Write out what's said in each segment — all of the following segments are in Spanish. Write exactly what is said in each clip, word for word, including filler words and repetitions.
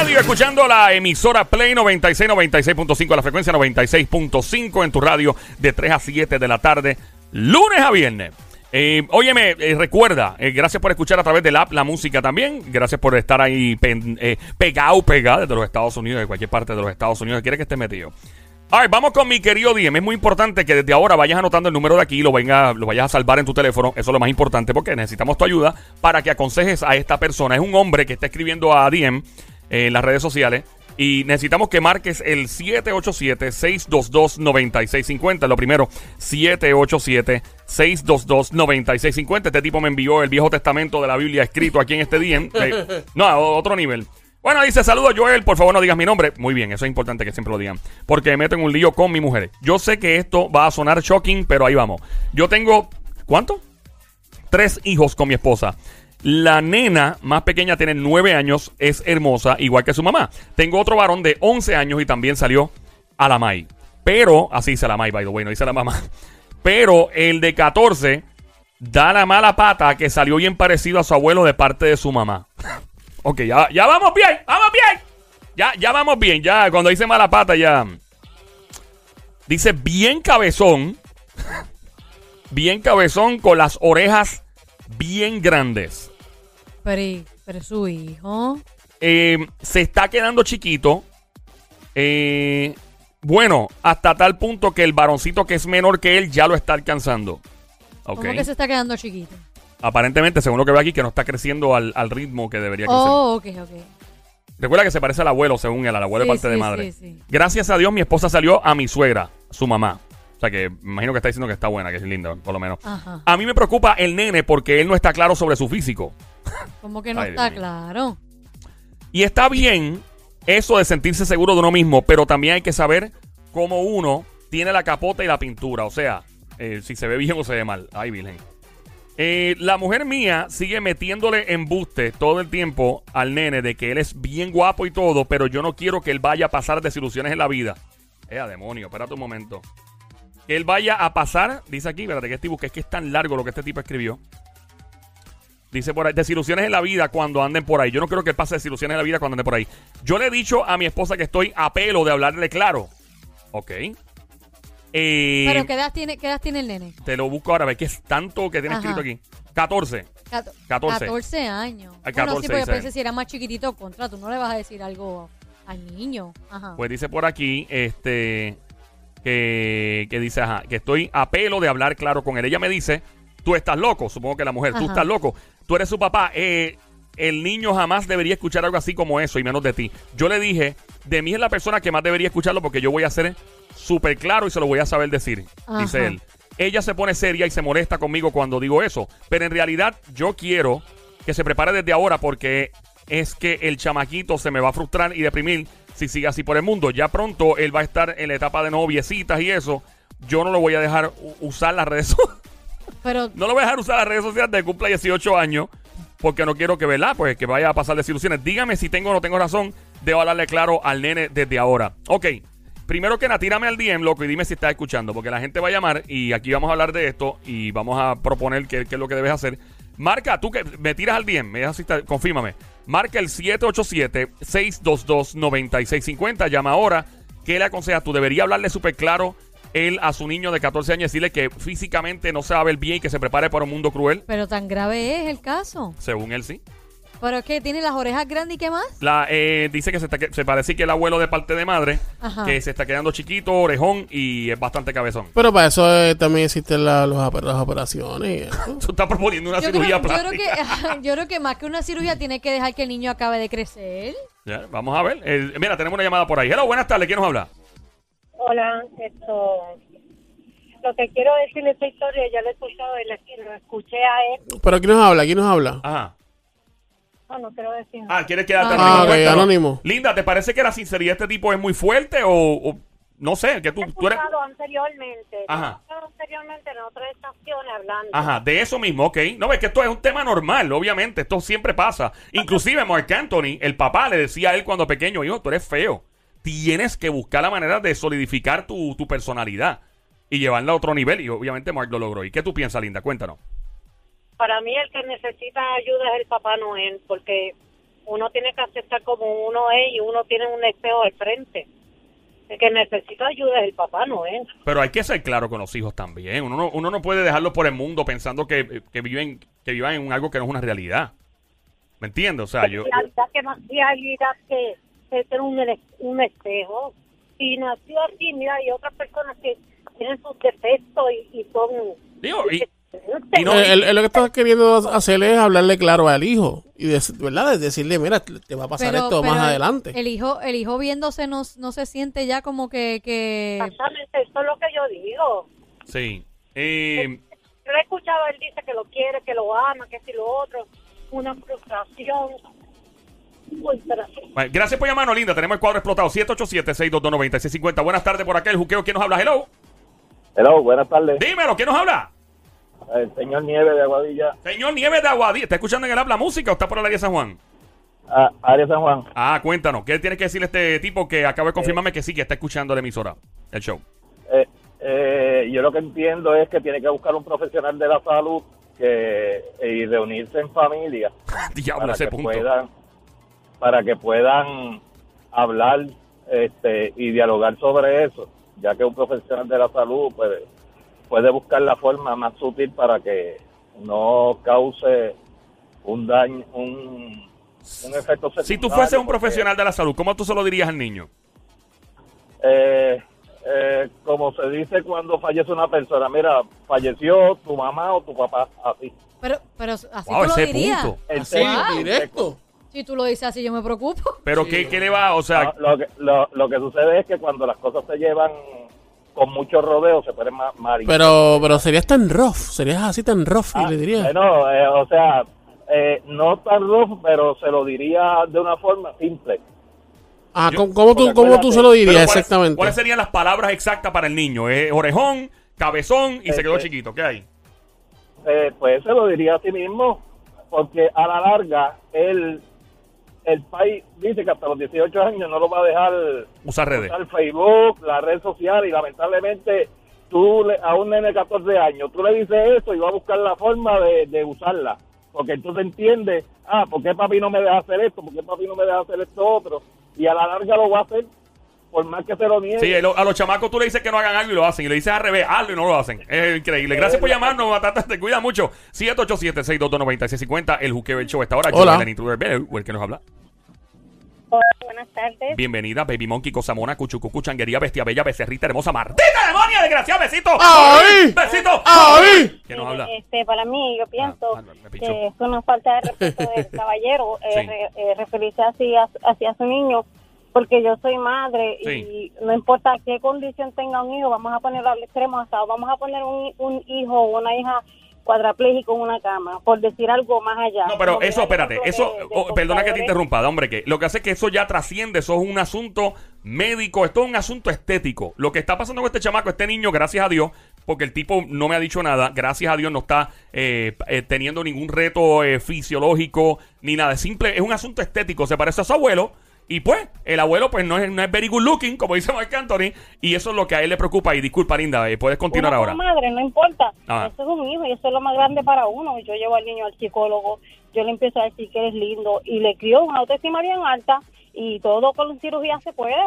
radio, escuchando la emisora Play noventa y seis, noventa y seis punto cinco, la frecuencia noventa y seis punto cinco en tu radio de tres a siete de la tarde, lunes a viernes. Eh, óyeme, eh, recuerda, eh, gracias por escuchar a través del app La Música también. Gracias por estar ahí pen, eh, pegado, pegado desde los Estados Unidos, de cualquier parte de los Estados Unidos. Quiere que esté metido. A ver, vamos con mi querido D M. Es muy importante que desde ahora vayas anotando el número de aquí, lo, venga, lo vayas a salvar en tu teléfono. Eso es lo más importante porque necesitamos tu ayuda para que aconsejes a esta persona. Es un hombre que está escribiendo a D M eh, en las redes sociales y necesitamos que marques el siete ocho siete, seis dos dos, nueve seis cinco cero. Lo primero, siete ocho siete, seis dos dos, nueve seis cinco cero. Este tipo me envió el Viejo Testamento de la Biblia escrito aquí en este D M. Eh, no, a otro nivel. Bueno, dice, saludos Joel, por favor no digas mi nombre. Muy bien, eso es importante que siempre lo digan, porque me meto en un lío con mi mujer. Yo sé que esto va a sonar shocking, pero ahí vamos. Yo tengo, ¿cuánto? Tres hijos con mi esposa. La nena más pequeña tiene nueve años, es hermosa, igual que su mamá. Tengo otro varón de once años y también salió a la May. Pero, así dice la May, by the way, no dice la mamá. Pero el de catorce da la mala pata que salió bien parecido a su abuelo de parte de su mamá. Ok, ya, ya vamos bien, vamos bien. Ya, ya vamos bien, ya cuando dice mala pata ya. Dice bien cabezón. Bien cabezón con las orejas bien grandes. Pero, pero su hijo. Eh, se está quedando chiquito. Eh, bueno, hasta tal punto que el varoncito que es menor que él ya lo está alcanzando. Okay. ¿Cómo que se está quedando chiquito? Aparentemente, según lo que veo aquí, que no está creciendo al, al ritmo que debería crecer. Oh, ok, ok. Recuerda que se parece al abuelo, según él, al abuelo sí, de parte sí, de madre. Sí, sí. Gracias a Dios, mi esposa salió a mi suegra, su mamá. O sea que me imagino que está diciendo que está buena, que es linda, por lo menos. Ajá. A mí me preocupa el nene porque él no está claro sobre su físico. ¿Cómo que no Ay, está claro? Y está bien eso de sentirse seguro de uno mismo, pero también hay que saber cómo uno tiene la capota y la pintura. O sea, eh, si se ve bien o se ve mal. Ay, virgen. Eh, la mujer mía sigue metiéndole embuste todo el tiempo al nene de que él es bien guapo y todo, pero yo no quiero que él vaya a pasar desilusiones en la vida. Eh, demonio, espérate un momento. Que él vaya a pasar, dice aquí, espérate que este busque, es que es tan largo lo que este tipo escribió. Dice por ahí, desilusiones en la vida cuando anden por ahí. Yo no quiero que él pase desilusiones en la vida cuando ande por ahí. Yo le he dicho a mi esposa que estoy a pelo de hablarle claro. Ok. Eh, ¿Pero qué edad tiene, qué edad tiene el nene? Te lo busco ahora, a ver qué es tanto que tiene Ajá. escrito aquí. catorce. Cato- catorce. catorce años. Ay, Bueno, catorce, sí, porque dice. pensé si era más chiquitito contra, tú no le vas a decir algo al niño. Ajá. Pues dice por aquí, este, que, que dice, ajá, que estoy a pelo de hablar claro con él. Ella me dice, tú estás loco, supongo que la mujer, tú Ajá. estás loco, tú eres su papá, eh, el niño jamás debería escuchar algo así como eso y menos de ti. Yo le dije, de mí es la persona que más debería escucharlo porque yo voy a ser súper claro y se lo voy a saber decir, Ajá. dice él. Ella se pone seria y se molesta conmigo cuando digo eso, pero en realidad yo quiero que se prepare desde ahora porque es que el chamaquito se me va a frustrar y deprimir si sigue así por el mundo. Ya pronto él va a estar en la etapa de noviecitas y eso. Yo no lo voy a dejar usar las redes sociales. Pero, No lo voy a dejar usar las redes sociales desde que cumpla dieciocho años porque no quiero que, ¿verdad? Pues que vaya a pasar desilusiones. Dígame si tengo o no tengo razón. Debo hablarle claro al nene desde ahora. Ok. Primero que nada, tírame al D M, loco, y dime si estás escuchando, porque la gente va a llamar y aquí vamos a hablar de esto y vamos a proponer qué, qué es lo que debes hacer. Marca, tú que me tiras al D M, me dejas, confírmame. Marca el siete ocho siete, seis dos dos, nueve seis cinco cero. Llama ahora. ¿Qué le aconsejas? Tú deberías hablarle súper claro él a su niño de catorce años y decirle que físicamente no se va a ver bien y que se prepare para un mundo cruel. pero tan grave es el caso. Según él, sí. ¿Pero es que tiene las orejas grandes y qué más? La, eh, dice que se, está, que se parece que el abuelo de parte de madre, Ajá. que se está quedando chiquito, orejón y es bastante cabezón. Pero para eso eh, también existen la- los, oper- las operaciones. y eso. Tú estás proponiendo una Yo cirugía creo, yo, creo plástica. que, yo creo que más que una cirugía tiene que dejar que el niño acabe de crecer. Ya, vamos a ver. Eh, mira, tenemos una llamada por ahí. Hello, buenas tardes. ¿Quién nos habla? Hola, esto, lo que quiero decir de esta historia, ya lo he escuchado y le- lo escuché a él. ¿Pero quién nos habla? ¿Quién nos habla? Ajá. No, no quiero decir nada. Ah, ¿quieres quedarte Ah, anónimo? ok, Cuéntanos. anónimo. Linda, ¿te parece que la sinceridad de este tipo es muy fuerte o, o no sé, que tú, He tú eres... escuchado anteriormente, Ajá. he escuchado anteriormente en otras estaciones hablando. Ajá, de eso mismo, ok. No, es que esto es un tema normal, obviamente. Esto siempre pasa. Inclusive Marc Anthony, el papá, le decía a él cuando pequeño, hijo, tú eres feo. Tienes que buscar la manera de solidificar tu, tu personalidad y llevarla a otro nivel. Y obviamente Marc lo logró. ¿Y qué tú piensas, Linda? Cuéntanos. Para mí el que necesita ayuda es el Papá Noel, porque uno tiene que aceptar como uno es y uno tiene un espejo al frente. El que necesita ayuda es el papá, no es. Pero hay que ser claro con los hijos también. Uno no, uno no puede dejarlos por el mundo pensando que, que viven que vivan en algo que no es una realidad. ¿Me entiendes? O sea, yo... realidad que más realidad que es tener un, un espejo. Y nació así, mira, hay otras personas que tienen sus defectos y, y son... Digo, y, y no, él, él lo que está queriendo hacer es hablarle claro al hijo. Y de, ¿verdad? De decirle, mira, te va a pasar Pero- esto pero más el- adelante. El hijo, el hijo viéndose no, no se siente ya como que, que... Exactamente, eso es lo que yo digo. sí. Eh, Yo lo he escuchado, él dice que lo quiere, que lo ama, que si lo otro, una frustración. Uy, pero sí. bueno, gracias por llamarnos, linda. Tenemos el cuadro explotado. siete ocho siete, seis dos dos, nueve seis cinco cero. Buenas tardes por acá. El juqueo. ¿Quién nos habla? Hello. Hello, buenas tardes. Dímelo. ¿Quién nos habla? El señor Nieves de Aguadilla, Señor Nieves de Aguadilla. ¿Está escuchando en el habla música o está por el área de San Juan? a Área San Juan. Ah, cuéntanos. ¿Qué tiene que decirle este tipo que acaba de confirmarme que sí, que está escuchando la emisora, el show? Eh, eh, yo lo que entiendo es que tiene que buscar un profesional de la salud que y reunirse en familia Diablo, para ese que punto. puedan para que puedan hablar este y dialogar sobre eso, ya que un profesional de la salud puede puede buscar la forma más sutil para que no cause un daño, un, un efecto secundario. Si tú fueses un porque, profesional de la salud, ¿cómo tú se lo dirías al niño? Eh, eh, como se dice cuando fallece una persona, mira, falleció tu mamá o tu papá, así. Pero, pero así Wow, tú lo ese dirías. punto. En Así, serio, Wow. directo. Si tú lo dices así, yo me preocupo. Pero Sí. ¿qué, ¿qué le va? O sea, No, lo, que, lo, lo que sucede es que cuando las cosas se llevan con mucho rodeo se pueden ma- marinar. Pero, pero serías tan rough, serías así tan rough, y Ah, le dirías. Bueno, eh, o sea, eh, no tan rough, pero se lo diría de una forma simple. Ah, yo- ¿cómo, cómo tú, porque cómo tú acuérdate, se lo pero dirías ¿cuáles, exactamente? ¿cuáles serían las palabras exactas para el niño? Eh, orejón, cabezón y se quedó Este- chiquito. ¿Qué hay? Eh, pues se lo diría a sí mismo, porque a la larga él, el país dice que hasta los dieciocho años no lo va a dejar Usar redes. usar Facebook, la red social, y lamentablemente tú le- a un nene de catorce años, tú le dices eso y va a buscar la forma de, de usarla, porque entonces entiende, ah, ¿por qué papi no me deja hacer esto? ¿Por qué papi no me deja hacer esto otro? Y a la larga lo va a hacer, por más que se lo niegue. Sí, lo- a los chamacos tú le dices que no hagan algo y lo hacen. Y le dices al revés, hazlo y no lo hacen. Es increíble. Gracias por llamarnos, Batata. Te cuida mucho. siete ocho siete, seis dos dos, nueve seis cinco cero. El juqueo del show esta hora. Hola. Joel, el intruder, ven, el que nos habla. Hola, buenas tardes. Bienvenida, Baby Monkey, Cosa Mona, Cuchucucu, Changuería, Bestia Bella, Becerrita, Hermosa, Mardita, Demonia, desgraciada, besito. ¡Ay! ¡Besito! ¡Ay! ¿Quién nos habla? Este, para mí, yo pienso Ah, me pichó. que es una falta de respeto del caballero eh, Sí. re- eh, referirse así a- hacia su niño, porque yo soy madre Sí. y no importa qué condición tenga un hijo, vamos a ponerlo al extremo, hasta vamos a poner un, un hijo o una hija cuadrapléjico en una cama, por decir algo más allá. No, pero Como eso, mira, espérate, ejemplo eso, de- de oh, perdona que te compradores. interrumpa, hombre, que lo que hace es que eso ya trasciende, eso es un asunto médico, esto es un asunto estético. Lo que está pasando con este chamaco, este niño, gracias a Dios, porque el tipo no me ha dicho nada, gracias a Dios no está eh, eh, teniendo ningún reto eh, fisiológico, ni nada, es simple, es un asunto estético, se parece a su abuelo. Y pues, el abuelo pues no es, no es very good looking, como dice Marc Anthony, y eso es lo que a él le preocupa. Y disculpa, Linda, eh, puedes continuar Uno ahora. como madre, no importa. Ah. Eso es un hijo y eso es lo más grande para uno. Yo llevo al niño al psicólogo, yo le empiezo a decir que eres lindo y le crío una autoestima bien alta y todo con cirugía se puede.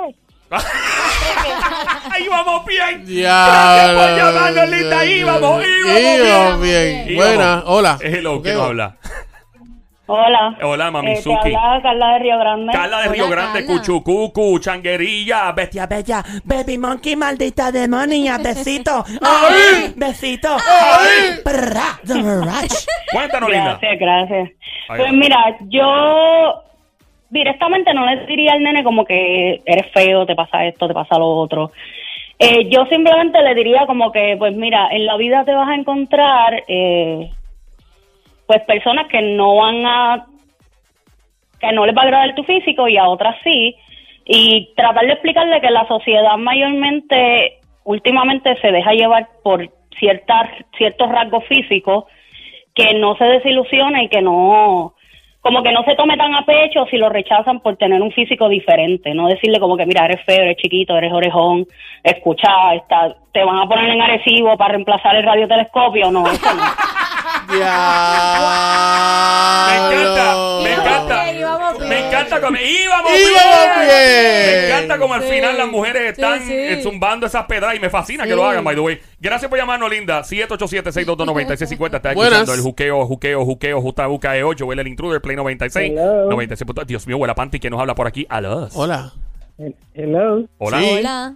¡Ahí vamos bien! Ya, Gracias por llamarnos, Linda. Ahí vamos, ahí vamos bien. Íbamos bien. Íbamos. Buena, hola. Hello, ¿quién nos habla? Hola. Hola, Mami Eh, te Suki. habla Carla de Río Grande. Carla de Hola, Río Grande, Carla. Cuchucucu, Changuerilla, Bestia Bella, Baby Monkey, maldita demonia, besito. ¡Ay! Besito. ¡Ay! Prra, the Mirage. Cuéntanos, Linda. Gracias, gracias. Ahí Pues va. mira, yo directamente no le diría al nene como que eres feo, te pasa esto, te pasa lo otro. Eh, yo simplemente le diría como que, pues mira, en la vida te vas a encontrar, eh, pues personas que no van a, que no les va a agradar tu físico y a otras sí, y tratar de explicarle que la sociedad mayormente, últimamente se deja llevar por ciertas, ciertos rasgos físicos, que no se desilusione y que no, como que no se tome tan a pecho si lo rechazan por tener un físico diferente, no decirle como que mira, eres feo, eres chiquito, eres orejón, escucha, está, te van a poner en Arecibo para reemplazar el radiotelescopio, no, eso no. Me encanta, me encanta. Ok, vamos bien. Me encanta como íbamos ¡Íbamos bien. bien! Me encanta como al Sí. final las mujeres Sí, están sí. eh, zumbando esas pedras y me fascina que Sí. lo hagan, by the way. Gracias por llamarnos, linda. siete ocho siete, seis dos dos, nueve seis cinco cero. Está Buenas. escuchando el juqueo, juqueo, juqueo, justa buca E ocho. Huele el intruder, Play noventa y seis. Hello. noventa y seis. Dios mío, huele a Panty que nos habla por aquí. Aló. Hola. Hello. Hola. Sí. Hola.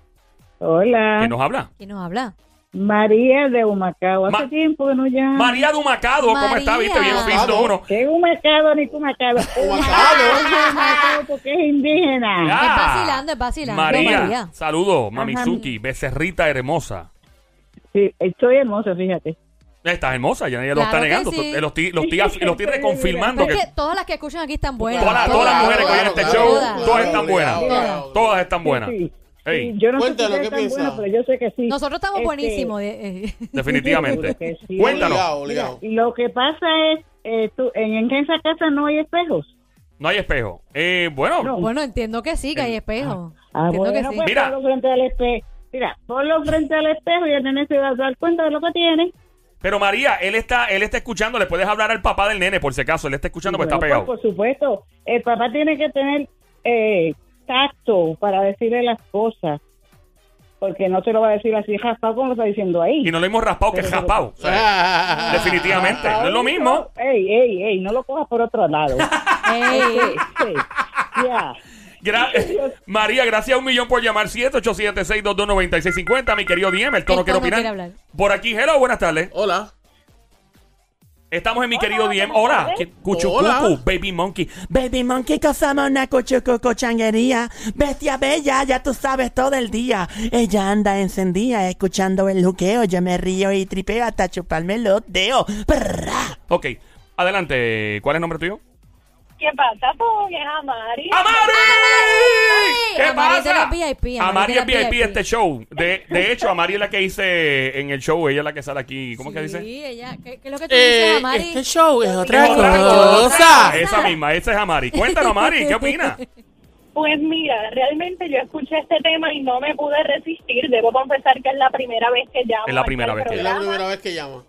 Hola. ¿Quién nos habla? ¿Quién nos habla? María de Humacao. Hace Ma- tiempo que no llama. María Dumacado, ¿cómo está? ¿Viste? Bien María. visto uno. ¿Qué Humacao ni Humacao? Humacao. Humacao porque es indígena. Ya. Es vacilando, es vacilando, María, María. saludos, Mamizuki, becerrita hermosa. Sí, estoy hermosa, fíjate. Estás hermosa, ya nadie lo Claro está que negando. sí. Lo estoy, lo estoy, af- lo estoy reconfirmando. Pero Que es que todas las que escuchan aquí están buenas. todas, las- todas las mujeres que oyen este Claro, show, claro, todas claro, están buenas. Todas. Todas están buenas. Sí, sí. Ey, Sí, yo no Cuéntanos, sé si ¿qué es tan piensa? bueno, pero yo sé que sí. Nosotros estamos Este, buenísimos. de- eh. definitivamente. Seguro que sí. Cuéntanos. Obligado, obligado. Lo que pasa es, eh, tú, en, en esa casa no hay espejos. No hay espejo. Eh, bueno, No. Bueno, entiendo que sí, que hay espejos. Ah, entiendo bueno, que sí. pues Mira. ponlo frente al espejo. Mira, ponlo frente al espejo y el nene se va a dar cuenta de lo que tiene. pero María, él está, él está escuchando. Le puedes hablar al papá del nene, por si acaso. Él está escuchando porque Bueno, está pegado. pues, por supuesto, el papá tiene que tener eh, tacto para decirle las cosas. Porque no se lo va a decir así raspado como lo está diciendo ahí. Y no lo hemos raspado que es Pero- raspado. O sea, Ah. definitivamente. No es lo mismo. Ey, ey, ey, no lo cojas por otro lado. Ey. Sí, sí. Ya. Gra- María, gracias a un millón por llamar. siete ocho siete, seis dos dos, nueve seis cinco cero. Mi querido Diem, el tono El quiere tono opinar. quiere hablar. Por aquí, hello, buenas tardes. Hola. Estamos en mi querido Diem. Hola, ¿qué- Cuchucucu, Hola. Baby Monkey. Baby Monkey, cosamos una cuchucucochanguería. Bestia bella, ya tú sabes todo el día. Ella anda encendida escuchando el juqueo. Yo me río y tripeo hasta chuparme los dedos. Prrra. Ok, adelante. ¿Cuál es el nombre tuyo? ¿Qué pasa? Pues es Amari. ¡Amari! ¿Qué Amari es de pasa? las V I P, Amari Amari es es de las V I P de V I P. este show. De, de hecho, Amari es la que hice en el show. Ella es la que sale aquí. ¿Cómo es que dice? Sí, ella. ¿Qué, qué es lo que tú dices, Eh, Amari? este show es otra Es otra cosa. Esa misma, esa es Amari. Cuéntanos, Amari, ¿qué opinas? Pues mira, realmente yo escuché este tema y no me pude resistir. Debo confesar que es la primera vez que llamo. Es la aquí primera al vez que Es la programa. primera vez que llama.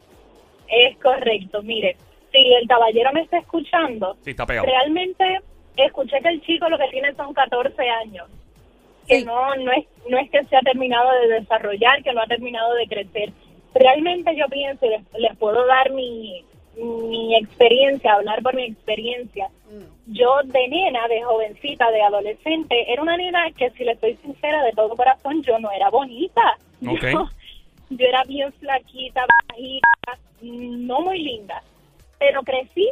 Es correcto, mire, si el caballero me está escuchando, Sí, está pegado. realmente escuché que el chico lo que tiene son catorce años, que Sí. no no es no es que se ha terminado de desarrollar, que no ha terminado de crecer. Realmente yo pienso, y les, les puedo dar mi, mi experiencia, hablar por mi experiencia. Yo de nena, de jovencita, de adolescente, era una nena que, si le estoy sincera, de todo corazón, yo no era bonita. Ok. Yo, yo era bien flaquita, bajita, no muy linda, pero crecí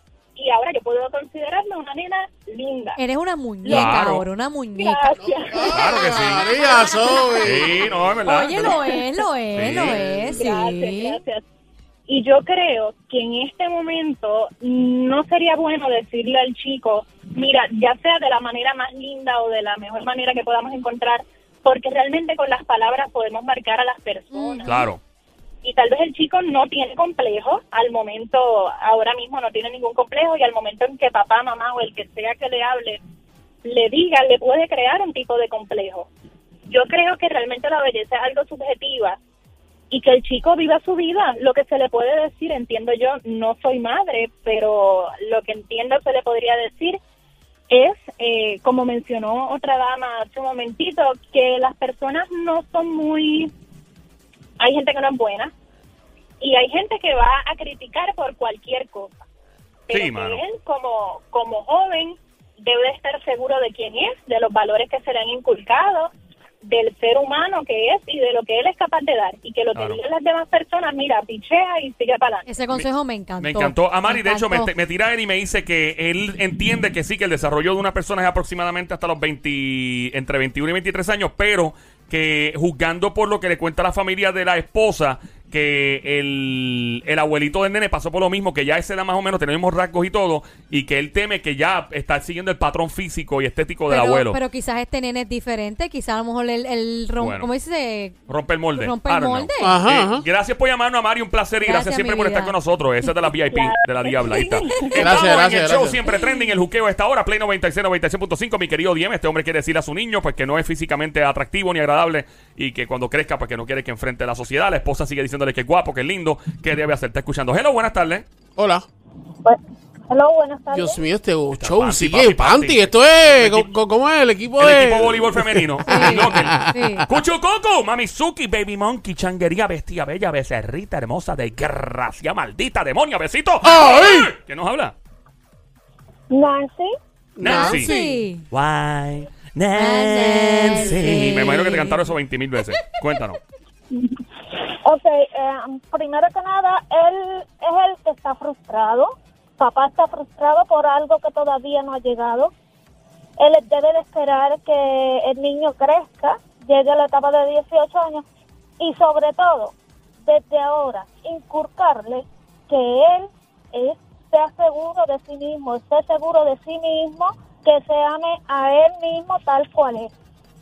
y ahora yo puedo considerarme una nena linda. Eres una muñeca Claro. ahora, una muñeca. Gracias. Claro que sí. María, soy. Sí, no, es verdad. Oye, lo es, lo es, Sí. lo es, sí. Gracias, gracias. Y yo creo que en este momento no sería bueno decirle al chico, mira, ya sea de la manera más linda o de la mejor manera que podamos encontrar, porque realmente con las palabras podemos marcar a las personas. Claro. Y tal vez el chico no tiene complejo, al momento, ahora mismo no tiene ningún complejo, y al momento en que papá, mamá o el que sea que le hable, le diga, le puede crear un tipo de complejo. Yo creo que realmente la belleza es algo subjetiva, y que el chico viva su vida, lo que se le puede decir, entiendo yo, no soy madre, pero lo que entiendo se le podría decir es, eh, como mencionó otra dama hace un momentito, que las personas no son muy... Hay gente que no es buena y hay gente que va a criticar por cualquier cosa. Pero Sí, que mano. él, como, como joven, debe de estar seguro de quién es, de los valores que se le han inculcado, del ser humano que es y de lo que él es capaz de dar. Y que lo Claro. que digan las demás personas, mira, pichea y sigue para adelante. Ese consejo me encantó. Me encantó. Amari, de hecho, me, encantó. me tira él y me dice que él entiende que sí, que el desarrollo de una persona es aproximadamente hasta los veinte, entre veintiuno y veintitrés años, pero que juzgando por lo que le cuenta la familia de la esposa, que el, el abuelito del nene pasó por lo mismo, que ya ese era más o menos, tenía los mismos rasgos y todo, y que él teme que ya está siguiendo el patrón físico y estético del pero, abuelo. pero quizás este nene es diferente, quizás a lo mejor el, el rom- Bueno. ¿cómo dice? Rompe el molde. Rompe I el don't know. molde. Ajá, Eh, ajá. gracias por llamarnos, Amari, un placer y gracias, Gracias, siempre mi por estar vida. con nosotros. Esa es de la V I P, de la Diabla. Ahí está. Estamos en gracias, el show gracias. siempre trending, el juqueo a esta hora, Play noventa y seis, noventa y seis punto cinco. Mi querido Diem, este hombre quiere decirle a su niño pues que no es físicamente atractivo ni agradable y que cuando crezca pues que no quiere que enfrente a la sociedad. La esposa sigue diciéndole que es guapo, que es lindo, que debe hacer. Está escuchando. Hello, buenas tardes. Hola. Bu- Hello, buenas tardes. Dios mío, este show Panty, sigue papi, panty. panty. Esto es, El equipo- ¿cómo, cómo es? El equipo El de... equipo de voleibol femenino. Sí, Locker. sí. Cucho Coco, Mamizuki, Baby Monkey, Changuería, Bestia Bella, Becerrita, Hermosa, Desgracia, Maldita, Demonia, Besito. ¡Ay! ¿Quién nos habla? Nancy. Nancy. Nancy. Why, Nancy. Me imagino que te cantaron eso veinte mil veces. Cuéntanos. Ok, eh, primero que nada, él es el que está frustrado. Papá está frustrado por algo que todavía no ha llegado. Él debe de esperar que el niño crezca, llegue a la etapa de dieciocho años y sobre todo, desde ahora, inculcarle que él es, sea seguro de sí mismo, esté seguro de sí mismo, que se ame a él mismo tal cual es.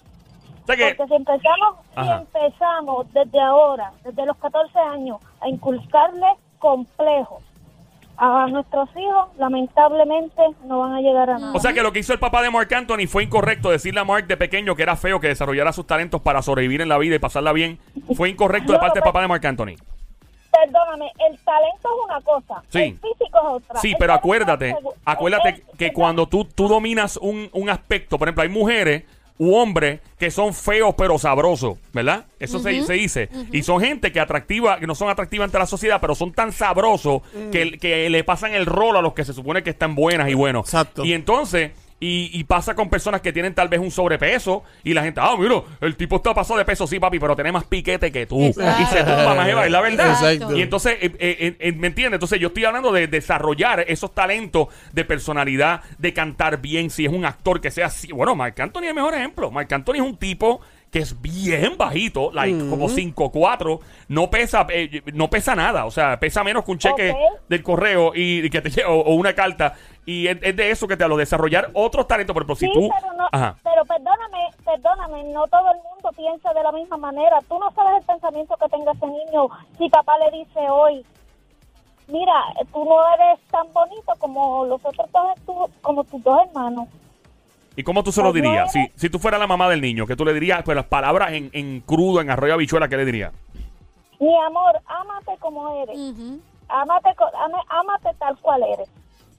O sea que, Porque si empezamos, si Ajá. empezamos desde ahora, desde los catorce años, a inculcarle complejos a nuestros hijos, lamentablemente no van a llegar a nada. o sea que lo que hizo el papá de Marc Anthony fue incorrecto. Decirle a Mark de pequeño que era feo, que desarrollara sus talentos para sobrevivir en la vida y pasarla bien. Fue incorrecto de No, parte del pues- papá de Marc Anthony. Perdóname, el talento es una cosa, Sí. el físico es otra. Sí, El pero ser acuérdate, segu- acuérdate el- que el- cuando tú, tú dominas un, un aspecto, por ejemplo, hay mujeres u hombres que son feos pero sabrosos, ¿verdad? Eso se, se dice. Y son gente que atractiva, que no son atractivas ante la sociedad, pero son tan sabrosos que, que le pasan el rol a los que se supone que están buenas y buenos. Exacto. Y entonces... Y, y pasa con personas que tienen tal vez un sobrepeso y la gente, ah, mira, el tipo está pasado de peso, sí, papi, pero tiene más piquete que tú. Exacto. Y se tumba más, Eva, es la verdad. Exacto. Y entonces, eh, eh, eh, ¿me entiendes? Entonces yo estoy hablando de desarrollar esos talentos de personalidad, de cantar bien, si es un actor que sea así. Bueno, Marc Anthony es el mejor ejemplo. Marc Anthony es un tipo que es bien bajito, like, Mm. como cinco cuatro, no pesa eh, no pesa nada, o sea, pesa menos que un cheque Ok. del correo y, y que te lle- o, o una carta, y es, es de eso que te hablo, desarrollar otros talentos. Por ejemplo, si Sí, tú pero, no, ajá, pero perdóname, perdóname, no todo el mundo piensa de la misma manera. Tú no sabes el pensamiento que tenga ese niño si papá le dice hoy, mira, tú no eres tan bonito como los otros dos, tu- como tus dos hermanos. ¿y cómo tú se lo Pues no dirías? Si, eres- si tú fueras la mamá del niño, que tú le dirías pues las palabras en, en crudo, en arroyo habichuela, ¿qué le dirías? Mi amor, ámate como eres. Ujú. Ámate, co- ame- ámate tal cual eres.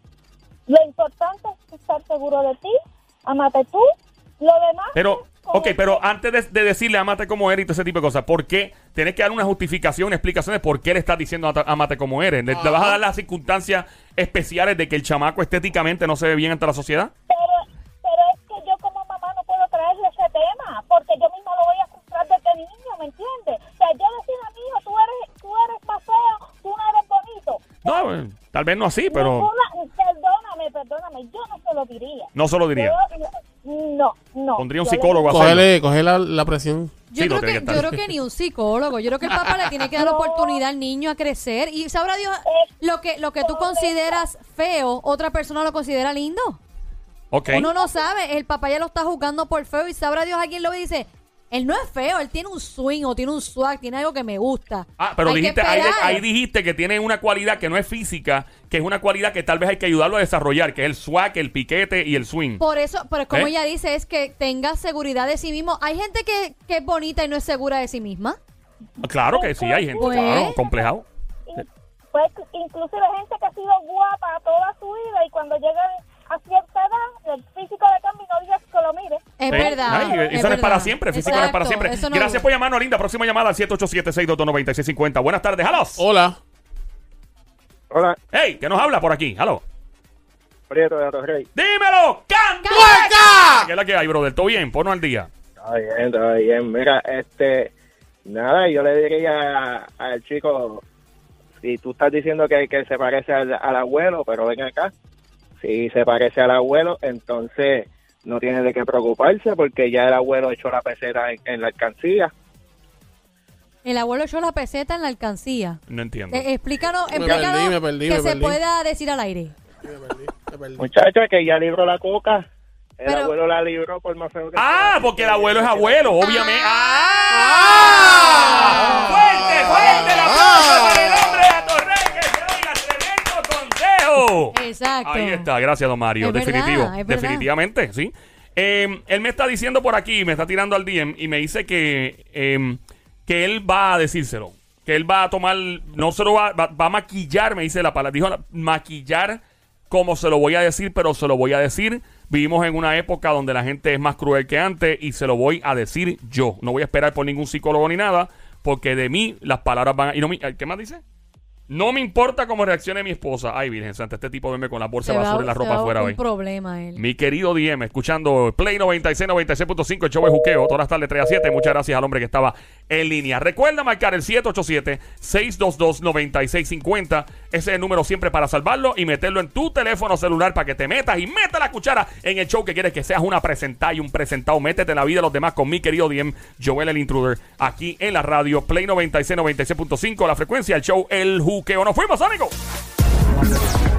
Lo importante es estar seguro de ti, ámate tú, lo demás... Pero, es como ok, pero que- antes de, de decirle amate como eres y todo ese tipo de cosas, ¿por qué? Tienes que dar una justificación, una explicación de por qué le estás diciendo ata- amate como eres. ¿Le, le vas a dar las circunstancias especiales de que el chamaco estéticamente no se ve bien ante la sociedad? Pero, pero es que yo como mamá no puedo traerle ese tema, porque yo misma lo voy a frustrar desde niño, ¿me entiendes? O sea, yo decir a mi hijo, tú eres, tú eres más feo, tú no eres bonito. No, eh, tal vez no así, pero Ninguna- perdóname, perdóname, yo no se lo diría. no se lo diría. Yo- no, no. Pondría un Yo le psicólogo a diría- hacerlo. Cógele, coge la, la presión. Yo, Sí, no creo tiene que, que yo estar. creo que ni un psicólogo. Yo creo que el papá le tiene que dar la No. oportunidad al niño a crecer. Y sabrá Dios, lo que, lo que tú consideras feo, otra persona lo considera lindo. Ok. Uno no sabe. El papá ya lo está juzgando por feo. Y sabrá Dios, alguien lo ve y dice, él no es feo, él tiene un swing o tiene un swag, tiene algo que me gusta. Ah, pero Hay que dijiste, ahí, esperar. ahí dijiste que tiene una cualidad que no es física, que es una cualidad que tal vez hay que ayudarlo a desarrollar, que es el swag, el piquete y el swing. Por eso, pero como ¿Eh? ella dice, es que tenga seguridad de sí mismo. Hay gente que, que es bonita y no es segura de sí misma. Claro que sí, hay gente, Pues. claro, complejado. Pues inclusive gente que ha sido guapa toda su vida y cuando llegan a cierta edad, el físico le cambia y no digas que lo mire. Es Sí. verdad. Ay, es eso no es para verdad. siempre, físico no es para Exacto, siempre. eso no- Gracias por llamarnos, linda. Próxima llamada al siete ocho siete, seis dos dos, nueve seis cinco cero. Buenas tardes, halos. Hola. Hola, Hey, ¿qué nos habla por aquí? Halo. Prieto de Atorrey. ¡Dímelo! ¡Cantueca! ¿Qué es la que hay, brother? ¿Todo bien? Ponnos al día. Está bien, está bien. Mira, este, nada, yo le diría al chico, si tú estás diciendo que, que se parece al, al abuelo, pero ven acá, si se parece al abuelo, entonces no tiene de qué preocuparse porque ya el abuelo echó la pecera en, en la alcancía. El abuelo echó la peseta en la alcancía. No entiendo. Eh, explícanos, Me explícanos perdí, me perdí, que me se perdí. pueda decir al aire. Me perdí, me perdí. Muchacho, que ya libró la coca. El Pero- abuelo la libró por más feo que Ah, sea. porque el abuelo es abuelo, obviamente. ¡Ah! Ah. ¡Fuerte, fuerte! ¡La aplauso para el hombre de Atorrey que se oiga! ¡Tremendo consejo! Exacto. Ahí está, gracias, don Mario. Es verdad, Definitivo, es verdad. definitivamente, sí. Eh, él me está diciendo por aquí, me está tirando al D M y me dice que, eh, que él va a decírselo. Que él va a tomar, no se lo va, va, va a maquillar, me dice la palabra, dijo la- maquillar como se lo voy a decir, pero se lo voy a decir. Vivimos en una época donde la gente es más cruel que antes y se lo voy a decir yo. No voy a esperar por ningún psicólogo ni nada, porque de mí las palabras van a... Y no me, ¿qué más dice? No me importa cómo reaccione mi esposa. Ay, Virgen Santa, este tipo duerme con la bolsa de basura y la ropa afuera hoy. Un problema él. Mi querido D M, escuchando Play noventa y seis, noventa y seis punto cinco, el show de juqueo, todas las tardes tres a siete. Muchas gracias al hombre que estaba en línea. Recuerda marcar el siete ocho siete, seis dos dos, nueve seis cinco cero. Ese es el número siempre para salvarlo y meterlo en tu teléfono celular para que te metas y meta la cuchara en el show que quieres que seas una presentada y un presentado. Métete en la vida de los demás con mi querido D M, Joel el Intruder, aquí en la radio Play noventa y seis, noventa y seis punto cinco, la frecuencia del show El Juqueo. ¡Nos fuimos, amigos!